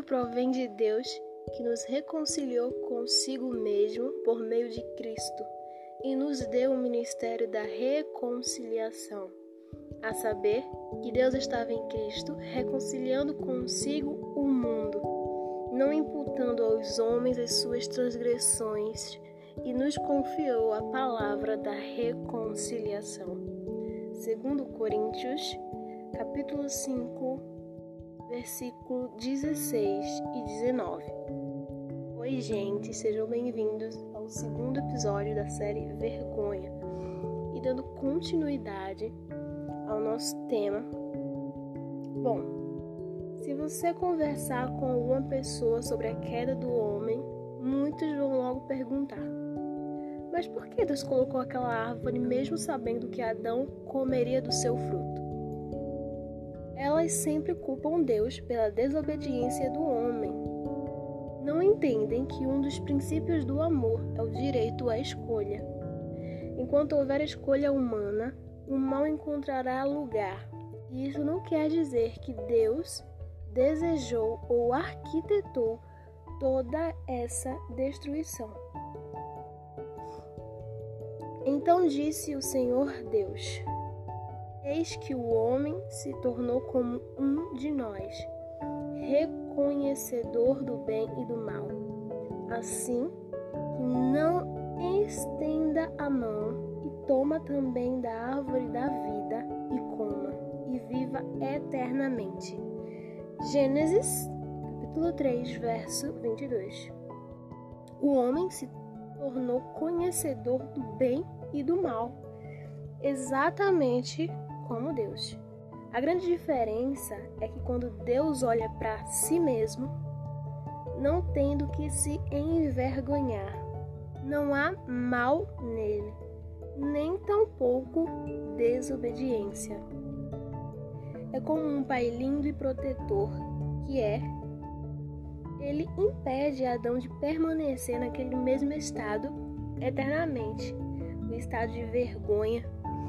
provém de Deus, que nos reconciliou consigo mesmo por meio de Cristo e nos deu o ministério da reconciliação, a saber, que Deus estava em Cristo reconciliando consigo o mundo, não imputando aos homens as suas transgressões, e nos confiou a palavra da reconciliação. 2 Coríntios, capítulo 5, versículo 16 e 19. Oi, gente, sejam bem-vindos ao segundo episódio da série Vergonha. E dando continuidade ao nosso tema. Bom, se você conversar com alguma pessoa sobre a queda do homem, muitos vão logo perguntar: mas por que Deus colocou aquela árvore mesmo sabendo que Adão comeria do seu fruto? Elas sempre culpam Deus pela desobediência do homem. Não entendem que um dos princípios do amor é o direito à escolha. Enquanto houver escolha humana, o mal encontrará lugar. E isso não quer dizer que Deus desejou ou arquitetou toda essa destruição. Então disse o Senhor Deus: eis que o homem se tornou como um de nós, reconhecedor do bem e do mal. Assim, que não estenda a mão e toma também da árvore da vida e coma, e viva eternamente. Gênesis, capítulo 3, verso 22. O homem se tornou conhecedor do bem e do mal, exatamente como Deus. A grande diferença é que quando Deus olha para si mesmo, não tendo que se envergonhar, não há mal nele, nem tampouco desobediência. É como um pai lindo e protetor que ele impede Adão de permanecer naquele mesmo estado eternamente, o estado de vergonha.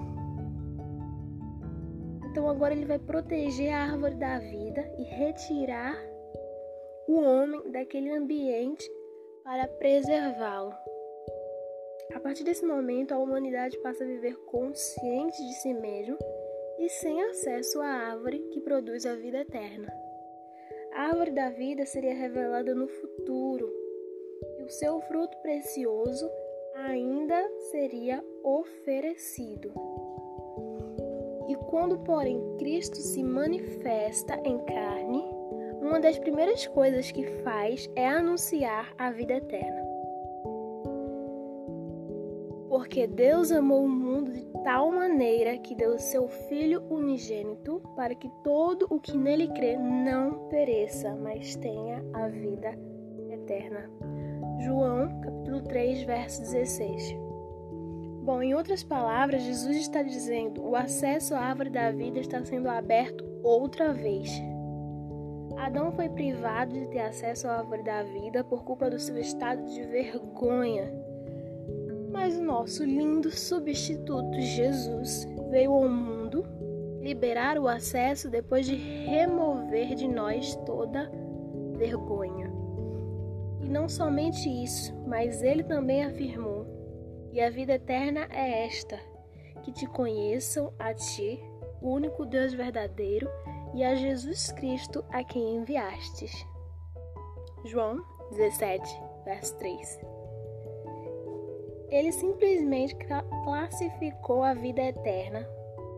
Então agora ele vai proteger a árvore da vida e retirar o homem daquele ambiente para preservá-lo. A partir desse momento, a humanidade passa a viver consciente de si mesmo e sem acesso à árvore que produz a vida eterna. A árvore da vida seria revelada no futuro e o seu fruto precioso ainda seria oferecido. E quando, porém, Cristo se manifesta em carne, uma das primeiras coisas que faz é anunciar a vida eterna. Porque Deus amou o mundo de tal maneira que deu o seu Filho unigênito para que todo o que nele crê não pereça, mas tenha a vida eterna. João, capítulo 3, verso 16. Bom, em outras palavras, Jesus está dizendo: o acesso à árvore da vida está sendo aberto outra vez. Adão foi privado de ter acesso à árvore da vida por culpa do seu estado de vergonha. Mas o nosso lindo substituto Jesus veio ao mundo liberar o acesso depois de remover de nós toda vergonha. E não somente isso, mas ele também afirmou: e a vida eterna é esta, que te conheçam a ti, o único Deus verdadeiro, e a Jesus Cristo a quem enviastes. João 17, verso 3. Ele simplesmente classificou a vida eterna,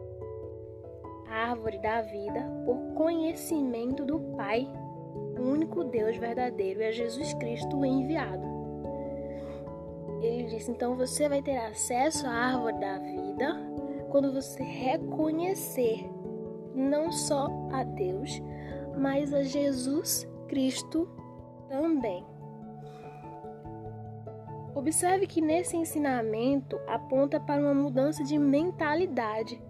a árvore da vida, por conhecimento do Pai, o único Deus verdadeiro, e a Jesus Cristo o enviado. Ele disse: então você vai ter acesso à árvore da vida quando você reconhecer não só a Deus, mas a Jesus Cristo também. Observe que nesse ensinamento aponta para uma mudança de mentalidade.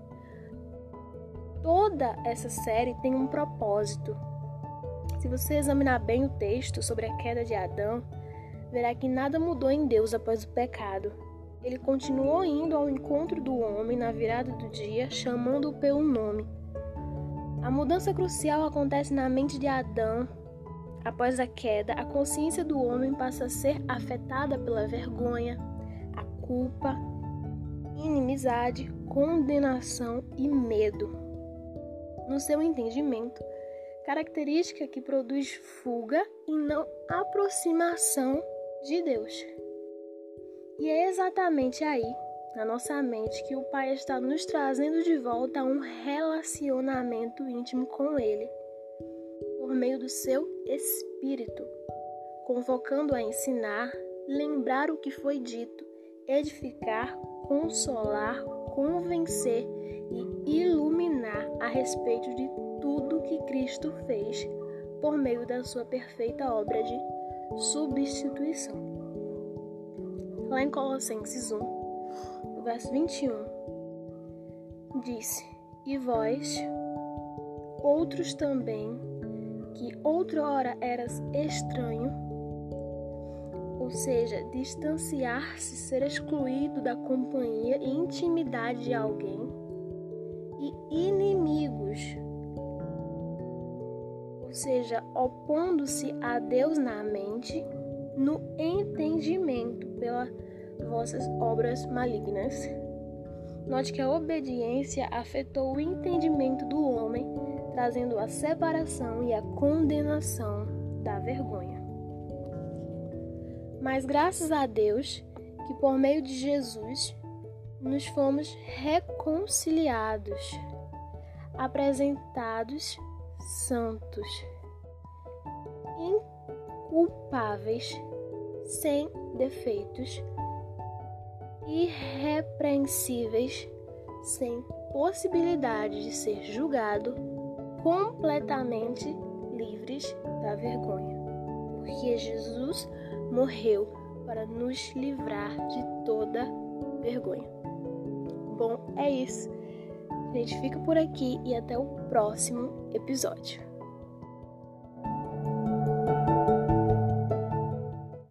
Toda essa série tem um propósito. Se você examinar bem o texto sobre a queda de Adão, verá que nada mudou em Deus após o pecado. Ele continuou indo ao encontro do homem na virada do dia, chamando-o pelo nome. A mudança crucial acontece na mente de Adão Após a queda, a consciência do homem passa a ser afetada pela vergonha, a culpa, inimizade, condenação e medo. No seu entendimento, característica que produz fuga e não aproximação de Deus. E é exatamente aí, na nossa mente, que o Pai está nos trazendo de volta a um relacionamento íntimo com Ele, por meio do seu Espírito, convocando a ensinar, lembrar o que foi dito, edificar, consolar, convencer e iluminar a respeito de tudo que Cristo fez por meio da sua perfeita obra de substituição. Lá em Colossenses 1, no verso 21, disse: E vós, outros também, que outrora eras estranho, ou seja, distanciar-se, ser excluído da companhia e intimidade de alguém, e inimigos, ou seja, opondo-se a Deus na mente, no entendimento pelas vossas obras malignas. Note que a obediência afetou o entendimento do homem, trazendo a separação e a condenação da vergonha. Mas graças a Deus que por meio de Jesus nos fomos reconciliados, apresentados santos, inculpáveis, sem defeitos, irrepreensíveis, sem possibilidade de ser julgado, completamente livres da vergonha, porque Jesus morreu para nos livrar de toda vergonha. Bom, é isso. A gente fica por aqui e até o próximo episódio.